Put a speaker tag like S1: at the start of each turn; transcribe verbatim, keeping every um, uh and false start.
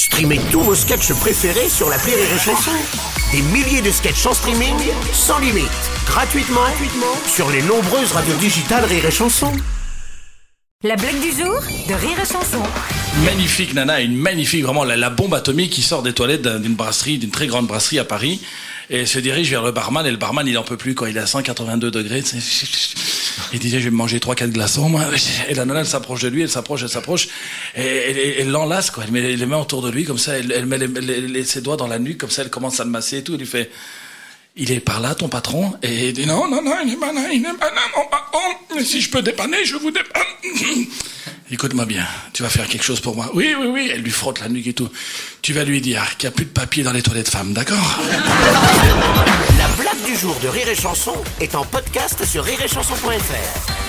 S1: Streamez tous vos sketchs préférés sur l'appli Rire et Chanson. Des milliers de sketchs en streaming, sans limite, gratuitement, gratuitement sur les nombreuses radios digitales Rire et Chanson.
S2: La blague du jour de Rire et Chanson.
S3: Magnifique nana, une magnifique, vraiment la, la bombe atomique qui sort des toilettes d'une brasserie, d'une très grande brasserie à Paris, et se dirige vers le barman, et le barman il en peut plus, quoi, il est à cent quatre-vingt-deux degrés, il disait je vais me manger trois quatre glaçons, moi. Et la nana elle s'approche de lui, elle s'approche, elle s'approche, et elle, elle, elle l'enlace, quoi, elle met les mains autour de lui, comme ça, elle, elle met les, les, les, ses doigts dans la nuque, comme ça, elle commence à le masser et tout, elle lui fait... Il est par là, ton patron? Et il dit, non, non, non, il est pas là, il est pas là, mon patron. Mais si je peux dépanner, je vous dépanne. Écoute-moi bien, tu vas faire quelque chose pour moi. Oui, oui, oui. Elle lui frotte la nuque et tout. Tu vas lui dire qu'il n'y a plus de papier dans les toilettes femmes, d'accord?
S1: La blague du jour de Rire et Chanson est en podcast sur rire et chanson point f r.